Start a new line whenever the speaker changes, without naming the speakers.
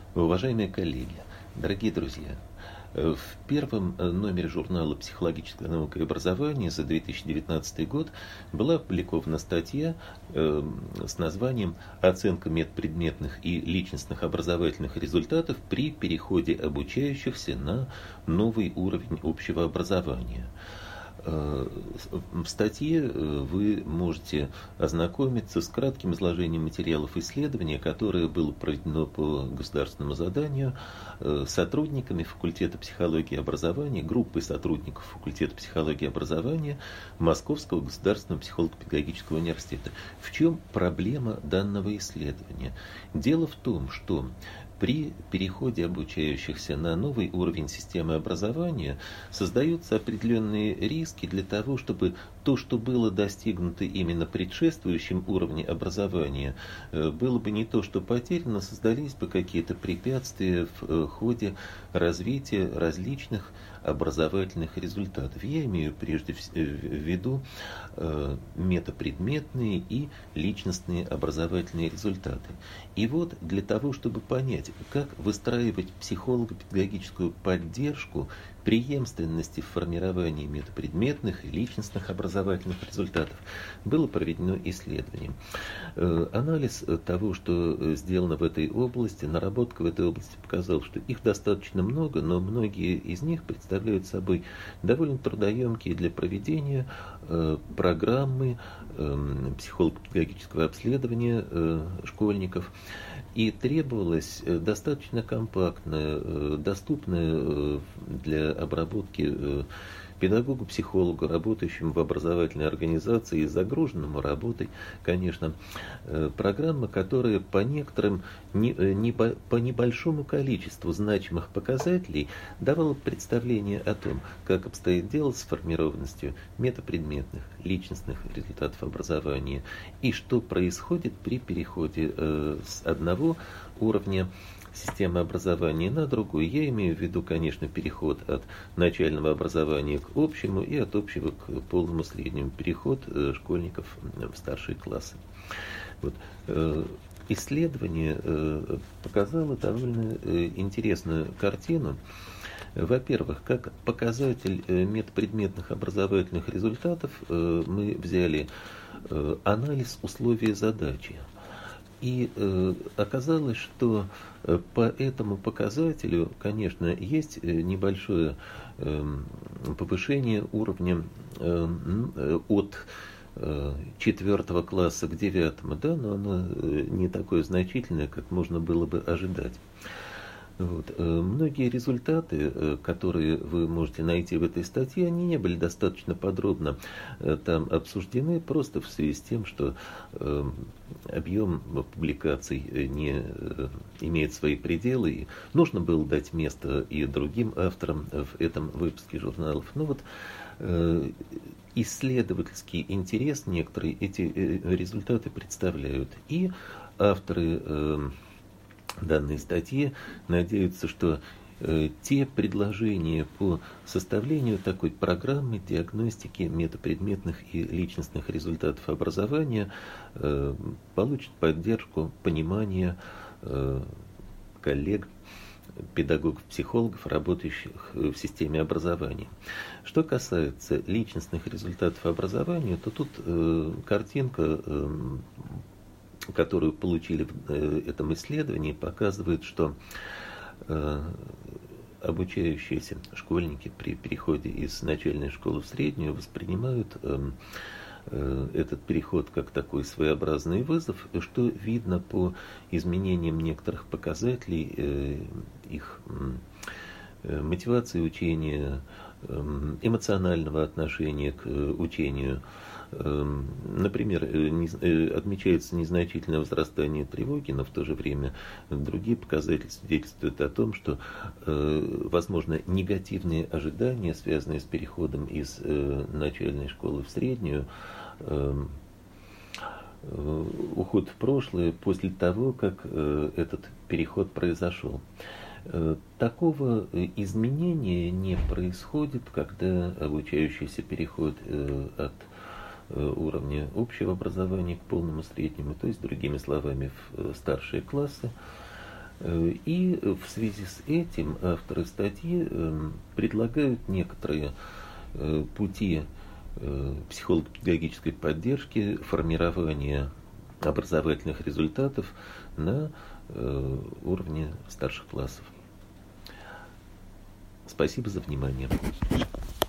Уважаемые коллеги, дорогие друзья, в первом номере журнала «Психологическая наука и образование» за 2019 год была опубликована статья с названием «Оценка медпредметных и личностных образовательных результатов при переходе обучающихся на новый уровень общего образования». В статье вы можете ознакомиться с кратким изложением материалов исследования, которое было проведено по государственному заданию сотрудниками факультета психологии и образования, группой сотрудников факультета психологии и образования Московского государственного психолого-педагогического университета. В чем проблема данного исследования? Дело в том, что при переходе обучающихся на новый уровень системы образования создаются определенные риски для того, чтобы то, что было достигнуто именно предшествующим уровнем образования, было бы не то, что потеряно, создались бы какие-то препятствия в ходе развития различных образовательных результатов. Я имею прежде в виду метапредметные и личностные образовательные результаты. И вот для того, чтобы понять, как выстраивать психолого-педагогическую поддержку преемственности в формировании метапредметных и личностных образовательных результатов, было проведено исследование. Анализ того, что сделано в этой области, наработка в этой области показала, что их достаточно много, но многие из них представляют собой довольно трудоемкие для проведения программы психолого-педагогического обследования школьников. И требовалась достаточно компактная, доступная для обработки педагогу, психологу, работающему в образовательной организации и загруженному работой, конечно, программа, которая по некоторым, по небольшому количеству значимых показателей давала представление о том, как обстоит дело с формированностью метапредметных, личностных результатов образования и что происходит при переходе с одного уровня системы образования на другую. Я имею в виду, конечно, переход от начального образования к общему и от общего к полному среднему. Переход школьников в старшие классы. Вот. Исследование показало довольно интересную картину. Во-первых, как показатель метапредметных образовательных результатов мы взяли анализ условий задачи. И оказалось, что по этому показателю, конечно, есть небольшое повышение уровня от 4 класса к 9, да, но оно не такое значительное, как можно было бы ожидать. Вот. Многие результаты, которые вы можете найти в этой статье, они не были достаточно подробно там обсуждены, просто в связи с тем, что объем публикаций не имеет свои пределы, и нужно было дать место и другим авторам в этом выпуске журналов. Ну вот, исследовательский интерес некоторые эти результаты представляют. И авторы данной статьи надеются, что те предложения по составлению такой программы диагностики метапредметных и личностных результатов образования получат поддержку, понимание коллег, педагогов, психологов, работающих в системе образования. Что касается личностных результатов образования, то тут картинка, которую получили в этом исследовании, показывает, что обучающиеся школьники при переходе из начальной школы в среднюю воспринимают этот переход как такой своеобразный вызов, что видно по изменениям некоторых показателей их мотивации учения, эмоционального отношения к учению. Например, отмечается незначительное возрастание тревоги, но в то же время другие показатели свидетельствуют о том, что, возможно, негативные ожидания, связанные с переходом из начальной школы в среднюю, уход в прошлое после того, как этот переход произошел. Такого изменения не происходит, когда обучающийся переходит от уровня общего образования к полному среднему, то есть, другими словами, в старшие классы. И в связи с этим авторы статьи предлагают некоторые пути психолого-педагогической поддержки, формирования образовательных результатов на уровне старших классов. Спасибо за внимание.